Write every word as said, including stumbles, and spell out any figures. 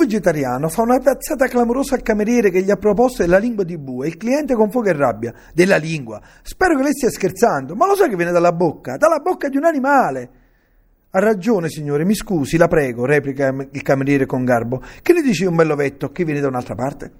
vegetariano fa una piazzata clamorosa al cameriere che gli ha proposto della lingua di bue e il cliente con fuoco e rabbia. Della lingua? Spero che lei stia scherzando, ma lo sa che viene dalla bocca? Dalla bocca di un animale! Ha ragione, signore, mi scusi, la prego, replica il cameriere con garbo. Che ne dice un bell'ovetto che viene da un'altra parte?